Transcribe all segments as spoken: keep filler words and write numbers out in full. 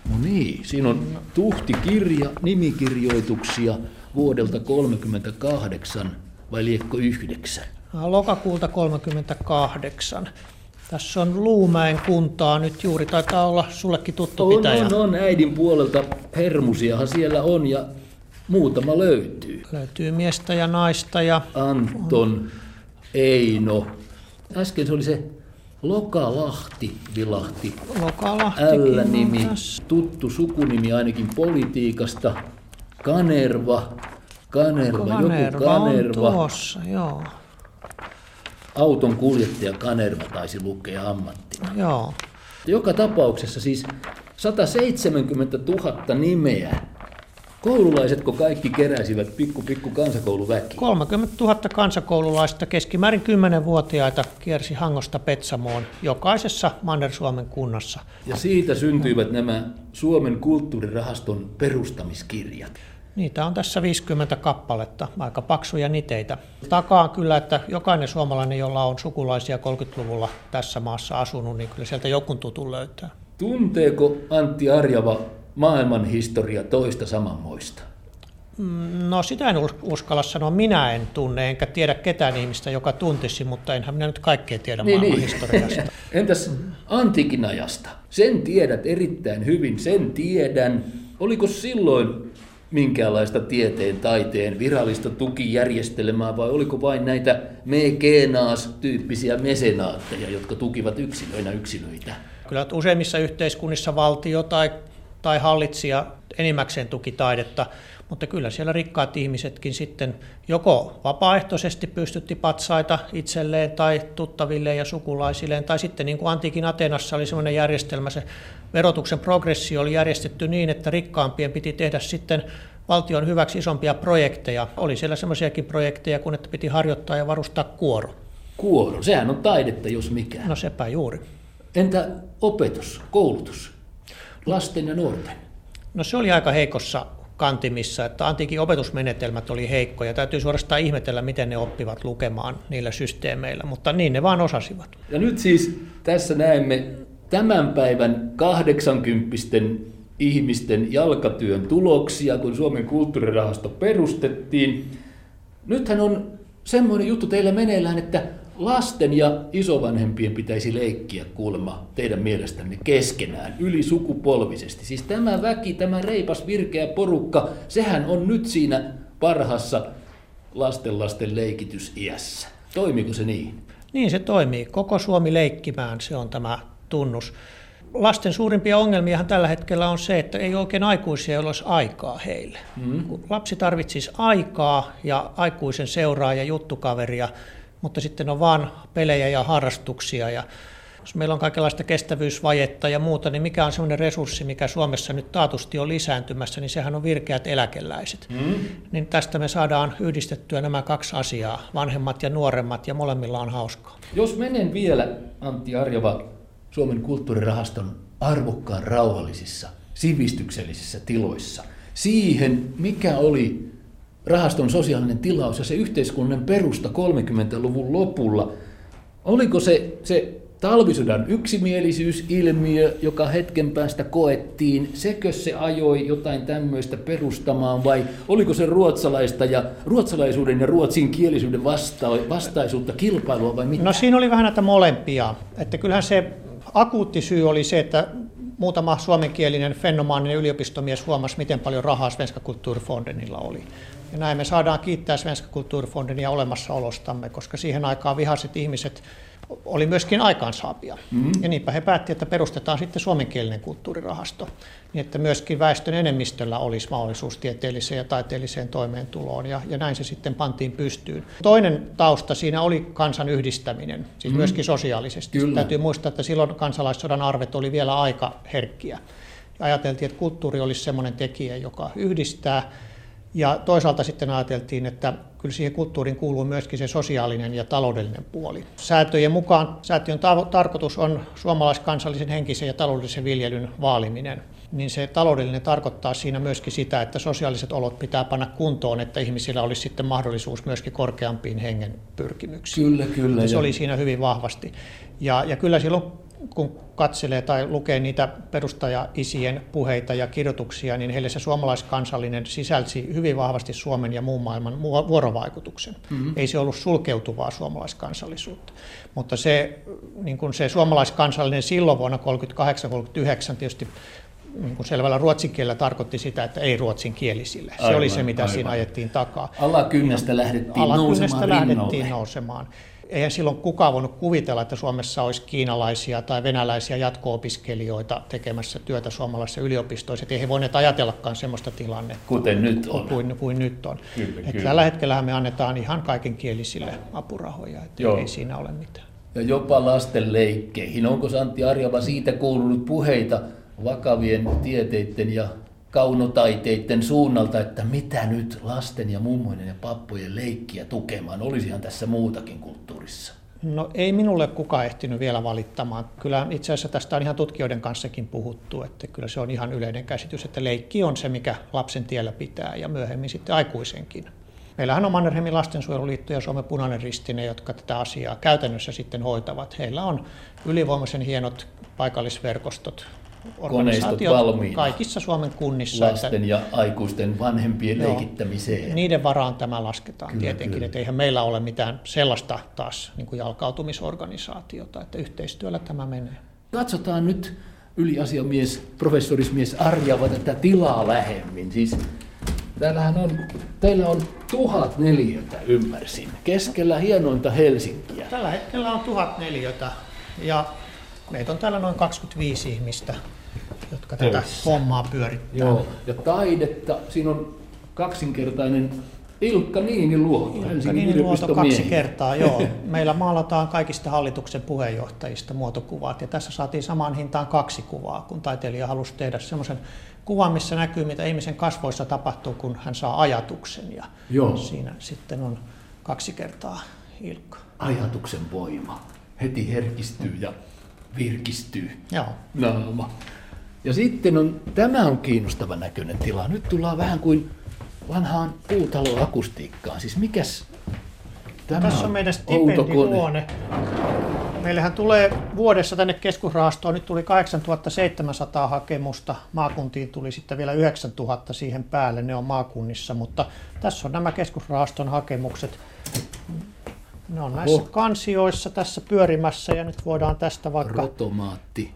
No niin, siinä on tuhtikirja, nimikirjoituksia vuodelta kolmekymmentäkahdeksan vai liekko yhdeksän? Lokakuulta kolmekymmentäkahdeksan. Tässä on Luumäen kuntaa nyt juuri, taitaa olla sullekin tuttu on, pitäjä. On, on, äidin puolelta Hermusiahan siellä on ja muutama löytyy. Löytyy miestä ja naista ja... Anton, Eino. Äsken se oli se Lokalahti vilahti. Lokalahtikin L-nimi, on tässä. tuttu sukunimi ainakin politiikasta. Kanerva, Kanerva, Kanerva joku Kanerva. on tuossa, joo. Auton kuljettaja Kanerva taisi lukea ammattina. Joo. Joka tapauksessa siis sata seitsemänkymmentätuhatta nimeä. Koululaisetko kaikki keräsivät pikku pikku kansakouluväki? kolmekymmentätuhatta kansakoululaista keskimäärin kymmenvuotiaita kiersi Hangosta Petsamoon jokaisessa Manner-Suomen kunnassa. Ja siitä syntyivät nämä Suomen kulttuurirahaston perustamiskirjat. Niitä on tässä viisikymmentä kappaletta, aika paksuja niteitä. Takaan kyllä, että jokainen suomalainen, jolla on sukulaisia kolmekymmentäluvulla tässä maassa asunut, niin kyllä sieltä jokun tutun löytää. Tunteeko Antti Arjava maailmanhistoria toista samanmoista? No sitä en uskalla sanoa. Minä en tunne, enkä tiedä ketään ihmistä, joka tuntisi, mutta enhän minä nyt kaikkea tiedä niin, maailmanhistoriasta. Niin. Entäs antiikin ajasta? Sen tiedät erittäin hyvin, sen tiedän. Oliko silloin minkäänlaista tieteen, taiteen, virallista tukijärjestelmää vai oliko vain näitä mekenaas-tyyppisiä mesenaatteja, jotka tukivat yksilöinä yksilöitä? Kyllä useimmissa yhteiskunnissa valtio tai, tai hallitsija enimmäkseen tuki taidetta, mutta kyllä siellä rikkaat ihmisetkin sitten joko vapaaehtoisesti pystytti patsaita itselleen tai tuttavilleen ja sukulaisilleen, tai sitten niin kuin antiikin Ateenassa oli sellainen järjestelmä, se verotuksen progressio oli järjestetty niin, että rikkaampien piti tehdä sitten valtion hyväksi isompia projekteja. Oli siellä sellaisiakin projekteja, kun että piti harjoittaa ja varustaa kuoro. Kuoro, sehän on taidetta, jos mikään. No sepä juuri. Entä opetus, koulutus, lasten ja nuorten? No se oli aika heikossa kantimissa, että antiikin opetusmenetelmät oli heikkoja. Täytyy suorastaan ihmetellä, miten ne oppivat lukemaan niillä systeemeillä, mutta niin ne vaan osasivat. Ja nyt siis tässä näemme tämän päivän kahdeksankymppisten ihmisten jalkatyön tuloksia, kun Suomen kulttuurirahasto perustettiin. Nythän on semmoinen juttu teillä meneillään, että lasten ja isovanhempien pitäisi leikkiä kuulemma teidän mielestänne keskenään, ylisukupolvisesti. Siis tämä väki, tämä reipas virkeä porukka, sehän on nyt siinä parhassa lastenlasten leikitysiässä. Toimiiko se niin? Niin se toimii. Koko Suomi leikkimään, se on tämä tunnus. Lasten suurimpia ongelmiahan tällä hetkellä on se, että ei oikein aikuisia, joilla olisi aikaa heille. Mm. Lapsi tarvitsisi aikaa ja aikuisen seuraa ja juttukaveria, mutta sitten on vaan pelejä ja harrastuksia. Ja jos meillä on kaikenlaista kestävyysvajetta ja muuta, niin mikä on sellainen resurssi, mikä Suomessa nyt taatusti on lisääntymässä, niin sehän on virkeät eläkeläiset. Mm. Niin tästä me saadaan yhdistettyä nämä kaksi asiaa, vanhemmat ja nuoremmat, ja molemmilla on hauskaa. Jos menen vielä, Antti Arjava, Suomen kulttuurirahaston arvokkaan rauhallisissa, sivistyksellisissä tiloissa, siihen, mikä oli rahaston sosiaalinen tilaus ja se yhteiskunnan perusta kolmekymmentäluvun lopulla. Oliko se, se talvisodan yksimielisyysilmiö, joka hetken päästä koettiin, sekö se ajoi jotain tämmöistä perustamaan vai oliko se ruotsalaista ja ruotsalaisuuden ja ruotsin kielisyyden vasta- vastaisuutta kilpailua vai mitä? No siinä oli vähän näitä molempia. Että kyllähän se akuutti syy oli se, että muutama suomenkielinen fenomaaninen yliopistomies huomasi, miten paljon rahaa Svenska Kulturfondenilla oli. Ja näin me saadaan kiittää Svenska Kulturfondenia olemassaolostamme, koska siihen aikaan vihaiset ihmiset oli myöskin aikaansaapia. Mm-hmm. Ja niinpä he päättivät, että perustetaan sitten suomenkielinen kulttuurirahasto, niin että myöskin väestön enemmistöllä olisi mahdollisuus tieteelliseen ja taiteelliseen toimeentuloon, ja, ja näin se sitten pantiin pystyyn. Toinen tausta siinä oli kansan yhdistäminen, siis mm-hmm. myöskin sosiaalisesti. Kyllä. Täytyy muistaa, että silloin kansalaissodan arvet oli vielä aika herkkiä. Ja ajateltiin, että kulttuuri olisi semmoinen tekijä, joka yhdistää. Ja toisaalta sitten ajateltiin, että kyllä siihen kulttuuriin kuuluu myöskin se sosiaalinen ja taloudellinen puoli. Säätöjen mukaan säätiön tarkoitus on suomalaiskansallisen henkisen ja taloudellisen viljelyn vaaliminen. Niin se taloudellinen tarkoittaa siinä myöskin sitä, että sosiaaliset olot pitää panna kuntoon, että ihmisillä olisi sitten mahdollisuus myöskin korkeampiin hengen pyrkimyksiin. Kyllä, kyllä. Ja se oli siinä hyvin vahvasti. Ja, ja kyllä silloin kun katselee tai lukee niitä perustajaisien puheita ja kirjoituksia, niin heille se suomalaiskansallinen sisälsi hyvin vahvasti Suomen ja muun maailman vuorovaikutuksen. Mm-hmm. Ei se ollut sulkeutuvaa suomalaiskansallisuutta. Mutta se, niin kuin se suomalaiskansallinen silloin vuonna tuhatyhdeksänsataakolmekymmentäkahdeksan tuhatyhdeksänsataakolmekymmentäyhdeksän tietysti niin kuin selvällä ruotsin kielellä tarkoitti sitä, että ei ruotsinkielisille. Se aivan, oli se, mitä aivan. siinä ajettiin takaa. Alakynnestä lähdettiin Alakynnestä nousemaan lähdettiin rinnolle. nousemaan. Eihän silloin kukaan voinut kuvitella, että Suomessa olisi kiinalaisia tai venäläisiä jatko-opiskelijoita tekemässä työtä suomalaisissa yliopistoissa. Ei he voineet ajatellakaan sellaista tilannetta. Kuten nyt on. Kuin, kuin nyt on. Kyllä, että kyllä. Tällä hetkellä me annetaan ihan kaikenkielisille apurahoja, että ei siinä ole mitään. Ja jopa lasten leikkeihin. Onko Antti Arjava siitä kuulunut puheita vakavien tieteiden ja kaunotaiteiden suunnalta, että mitä nyt lasten ja mummojen ja pappojen leikkiä tukemaan? Olisihan tässä muutakin kulttuurissa. No ei minulle kukaan ehtinyt vielä valittamaan. Kyllä itse asiassa tästä on ihan tutkijoiden kanssakin puhuttu, että kyllä se on ihan yleinen käsitys, että leikki on se, mikä lapsen tiellä pitää ja myöhemmin sitten aikuisenkin. Meillähän on Mannerheimin lastensuojeluliitto ja Suomen Punainen Risti, ne, jotka tätä asiaa käytännössä sitten hoitavat. Heillä on ylivoimaisen hienot paikallisverkostot, organisaatiot kaikissa Suomen kunnissa. Lasten että, ja aikuisten vanhempien joo, leikittämiseen. Niiden varaan tämä lasketaan kyllä, tietenkin, kyllä. Että eihän meillä ole mitään sellaista taas niin kuin jalkautumisorganisaatiota, että yhteistyöllä tämä menee. Katsotaan nyt yliasiamies, professorismies Arjava tätä tilaa lähemmin. Siis, täällähän on, teillä on tuhat neliötä, ymmärsin, keskellä hienointa Helsinkiä. Tällä hetkellä on tuhat neliötä ja meitä on täällä noin kaksikymmentäviisi ihmistä, jotka tätä Töissä. hommaa pyörittää. Joo, ja taidetta, siinä on kaksinkertainen Ilkka Niiniluoto, Ilkka Niiniluoto kaksi kertaa, joo. Meillä maalataan kaikista hallituksen puheenjohtajista muotokuvat, ja tässä saatiin samaan hintaan kaksi kuvaa, kun taiteilija halusi tehdä semmoisen kuvan, missä näkyy, mitä ihmisen kasvoissa tapahtuu, kun hän saa ajatuksen, ja joo. siinä sitten on kaksi kertaa Ilkka. Ajatuksen voima, heti herkistyy ja virkistyy Joo. naama. Ja sitten on, tämä on kiinnostava näköinen tila. Nyt tullaan vähän kuin vanhaan puutaloakustiikkaan. Siis mikäs tämä Tässä on, on meidän stipendihuone. Meillähän tulee vuodessa tänne keskusrahastoon, nyt tuli kahdeksantuhattaseitsemänsataa hakemusta, maakuntiin tuli sitten vielä yhdeksäntuhatta siihen päälle, ne on maakunnissa, mutta tässä on nämä keskusrahaston hakemukset. Ne on näissä oh. kansioissa tässä pyörimässä ja nyt voidaan tästä vaikka... Rotomaatti.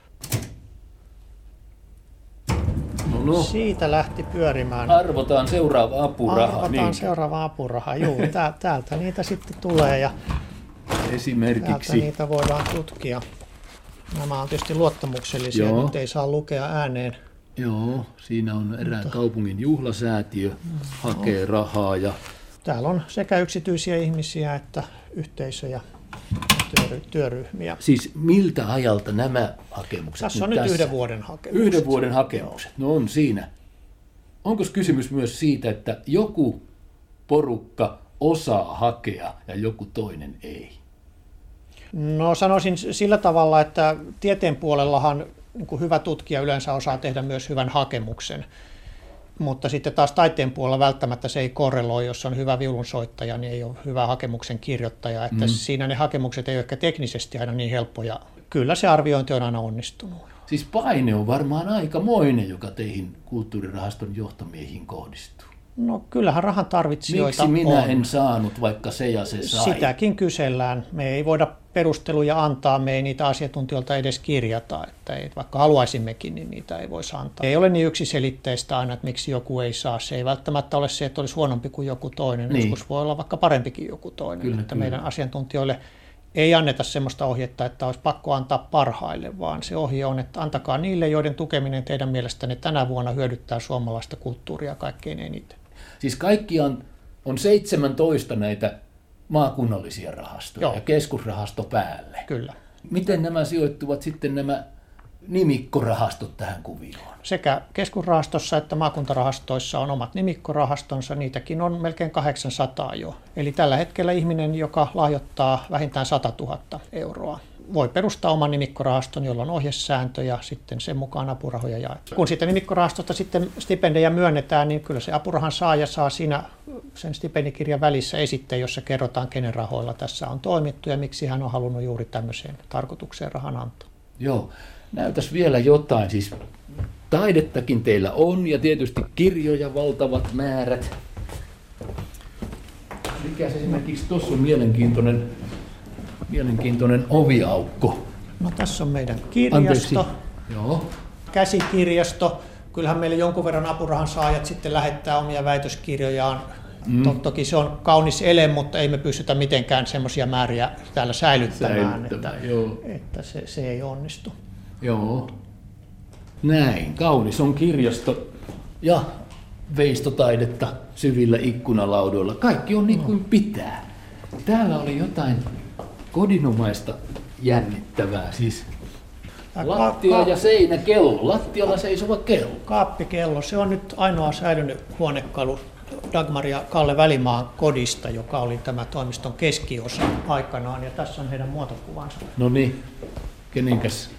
No, no. Siitä lähti pyörimään. Arvotaan seuraava apuraha. Arvotaan niin. seuraava apuraha, juu. Täältä niitä sitten tulee ja esimerkiksi täältä niitä voidaan tutkia. Nämä on tietysti luottamuksellisia, Joo. nyt ei saa lukea ääneen. Joo, siinä on erään Mutta... kaupungin juhlasäätiö, hakee rahaa ja... Täällä on sekä yksityisiä ihmisiä että yhteisöjä ja työryhmiä. Siis miltä ajalta nämä hakemukset? Tässä on nyt, nyt yhden vuoden hakemukset. Yhden vuoden hakemukset, no on siinä. Onko kysymys myös siitä, että joku porukka osaa hakea ja joku toinen ei? No sanoisin sillä tavalla, että tieteen puolellahan niin kuin hyvä tutkija yleensä osaa tehdä myös hyvän hakemuksen. Mutta sitten taas taiteen puolella välttämättä se ei korreloi, jos on hyvä viulunsoittaja, niin ei ole hyvä hakemuksen kirjoittaja. Että mm. siinä ne hakemukset ei ole ehkä teknisesti aina niin helppoja. Kyllä se arviointi on aina onnistunut. Siis paine on varmaan aikamoinen, joka teihin kulttuurirahaston johtomiehiin kohdistuu. No kyllähän rahan tarvitsijoita Miksi minä on. en saanut, vaikka se ja se sai? Sitäkin kysellään. Me ei voida perusteluja antaa, me ei niitä asiantuntijoilta edes kirjata. Että ei, vaikka haluaisimmekin, niin niitä ei voisi antaa. Ei ole niin yksiselitteistä aina, että miksi joku ei saa. Se ei välttämättä ole se, että olisi huonompi kuin joku toinen. Niin. Joskus voi olla vaikka parempikin joku toinen. Kyllä, että kyllä. Meidän asiantuntijoille ei anneta sellaista ohjetta, että olisi pakko antaa parhaille, vaan se ohje on, että antakaa niille, joiden tukeminen teidän mielestänne tänä vuonna hyödyttää suomalaista kulttuuria kaikkein eniten. Siis kaikkiaan on seitsemäntoista näitä maakunnallisia rahastoja Joo. ja keskusrahasto päälle. Kyllä. Miten nämä sijoittuvat sitten nämä nimikkorahastot tähän kuvioon? Sekä keskusrahastossa että maakuntarahastoissa on omat nimikkorahastonsa, niitäkin on melkein kahdeksansataa jo. Eli tällä hetkellä ihminen, joka lahjoittaa vähintään sata tuhatta euroa, voi perustaa oman nimikkorahaston, jolla on ohjesääntö ja sitten sen mukaan apurahoja jaetaan. Kun sitten nimikkorahastosta sitten stipendejä myönnetään, niin kyllä se apurahan saaja saa siinä sen stipendikirjan välissä esitteen, jossa kerrotaan, kenen rahoilla tässä on toimittu ja miksi hän on halunnut juuri tämmöiseen tarkoitukseen rahan antaa. Joo, näytäisi vielä jotain. Siis taidettakin teillä on ja tietysti kirjoja valtavat määrät. Mikäs esimerkiksi tuossa on mielenkiintoinen, mielenkiintoinen oviaukko? No tässä on meidän kirjasto, Joo. käsikirjasto. Kyllähän meillä jonkun verran apurahan saajat sitten lähettää omia väitöskirjojaan. Mm. Toki se on kaunis ele, mutta ei me pystytä mitenkään semmoisia määriä täällä säilyttämään, että, että se, se ei onnistu. Joo. Näin, kaunis on kirjasto ja veistotaidetta syvillä ikkunalaudoilla. Kaikki on niin kuin pitää. Täällä oli jotain kodinomaista jännittävää. Siis lattia ja seinäkello. Lattialla seisova kello. Kaappikello. Se on nyt ainoa säilynyt huonekalu Dagmar ja Kalle Välimaan kodista, joka oli tämä toimiston keskiosa aikanaan. Ja tässä on heidän muotokuvansa. No niin, kenenkäs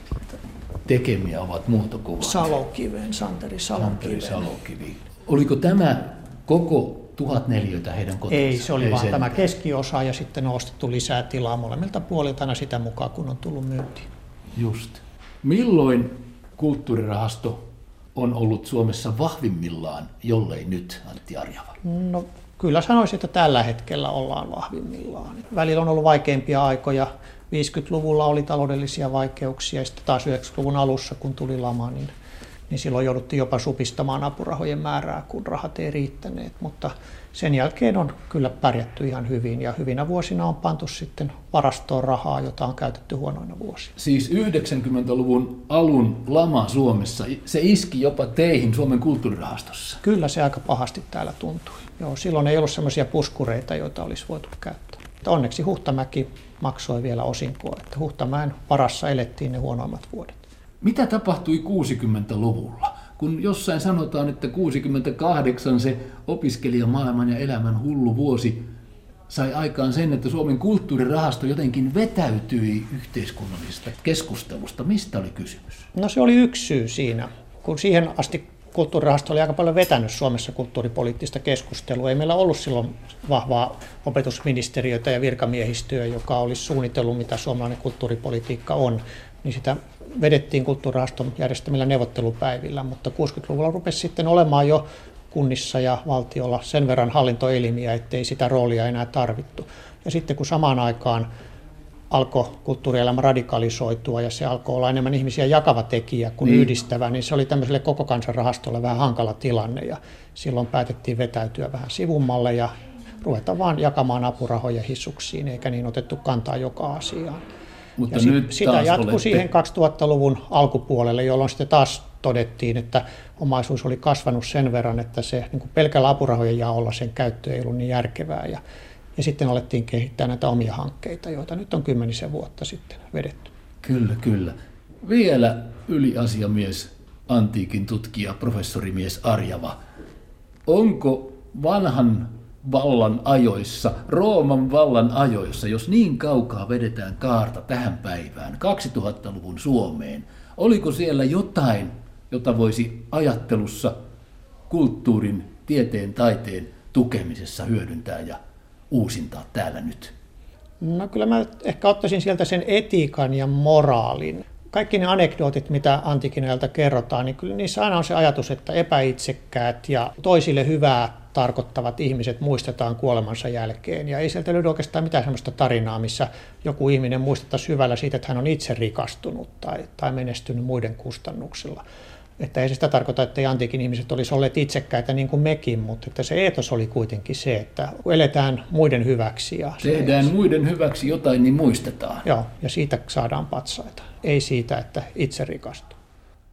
tekemiä ovat muotokuvat? Salokiven, Santeri Salokiven. Santeri Salokivi. Oliko tämä koko tuhat neliötä heidän kotinsa? Ei, se oli Ei vaan sen. Tämä keskiosa ja sitten on ostettu lisää tilaa molemmilta puolilta aina sitä mukaan, kun on tullut myyntiin. Just. Milloin kulttuurirahasto on ollut Suomessa vahvimmillaan, jollei nyt, Antti Arjava? No kyllä sanoisin, että tällä hetkellä ollaan vahvimmillaan. Välillä on ollut vaikeimpia aikoja. viisikymmentäluvulla oli taloudellisia vaikeuksia ja sitten taas yhdeksänkymmentäluvun alussa, kun tuli lama, niin, niin silloin jouduttiin jopa supistamaan apurahojen määrää, kun rahat ei riittäneet. Mutta sen jälkeen on kyllä pärjätty ihan hyvin ja hyvinä vuosina on pantu sitten varastoon rahaa, jota on käytetty huonoina vuosina. Siis yhdeksänkymmentäluvun alun lama Suomessa, se iski jopa teihin Suomen kulttuurirahastossa? Kyllä se aika pahasti täällä tuntui. Joo, silloin ei ollut sellaisia puskureita, joita olisi voitu käyttää. Onneksi Huhtamäki maksoi vielä osinkoa, että Huhtamäen varassa elettiin ne huonoimmat vuodet. Mitä tapahtui kuusikymmentäluvulla? Kun jossain sanotaan, että kuusikymmentäkahdeksan se opiskelijamaailman ja elämän hullu vuosi sai aikaan sen, että Suomen kulttuurirahasto jotenkin vetäytyi yhteiskunnallisesta keskustelusta. Mistä oli kysymys? No se oli yksi syy siinä, kun siihen asti kulttuurirahasto oli aika paljon vetänyt Suomessa kulttuuripoliittista keskustelua. Ei meillä ollut silloin vahvaa opetusministeriötä ja virkamiehistöä, joka olisi suunnitellut, mitä suomalainen kulttuuripolitiikka on. Niin sitä vedettiin kulttuurirahaston järjestämillä neuvottelupäivillä, mutta kuusikymmentäluvulla rupesi sitten olemaan jo kunnissa ja valtiolla sen verran hallintoelimiä, ettei sitä roolia enää tarvittu. Ja sitten kun samaan aikaan alkoi kulttuurielämä radikalisoitua ja se alkoi olla enemmän ihmisiä jakava tekijä kuin niin. yhdistävä, niin se oli tämmöiselle koko kansan rahastolle vähän hankala tilanne ja silloin päätettiin vetäytyä vähän sivummalle ja ruveta vaan jakamaan apurahoja hissuksiin eikä niin otettu kantaa joka asiaan. Mutta ja nyt sit, sitä jatkui olette... siihen kaksituhattaluvun alkupuolelle, jolloin sitten taas todettiin, että omaisuus oli kasvanut sen verran, että se niin kuin pelkällä apurahojen jaolla sen käyttö ei ollut niin järkevää. Ja, ja sitten alettiin kehittää näitä omia hankkeita, joita nyt on kymmenisen vuotta sitten vedetty. Kyllä, kyllä. Vielä yliasiamies, antiikin tutkija, professorimies Arjava. Onko vanhan vallan ajoissa, Rooman vallan ajoissa, jos niin kaukaa vedetään kaarta tähän päivään, kaksituhattaluvun Suomeen, oliko siellä jotain, jota voisi ajattelussa, kulttuurin, tieteen, taiteen tukemisessa hyödyntää ja uusintaa täällä nyt? No kyllä mä ehkä ottaisin sieltä sen etiikan ja moraalin. Kaikki ne anekdootit, mitä antiikin ajalta kerrotaan, niin kyllä niissä aina on se ajatus, että epäitsekkäät ja toisille hyvää tarkoittavat ihmiset muistetaan kuolemansa jälkeen. Ja ei sieltä löydy oikeastaan mitään sellaista tarinaa, missä joku ihminen muistettaisiin hyvällä siitä, että hän on itse rikastunut tai, tai menestynyt muiden kustannuksilla. Että ei se sitä tarkoita, että ei antiikin ihmiset olisi olleet itsekkäitä niin kuin mekin, mutta että se eetos oli kuitenkin se, että eletään muiden hyväksi. Ja tehdään se, muiden hyväksi jotain, niin muistetaan. Joo, ja siitä saadaan patsaita. Ei siitä, että itse rikastuu.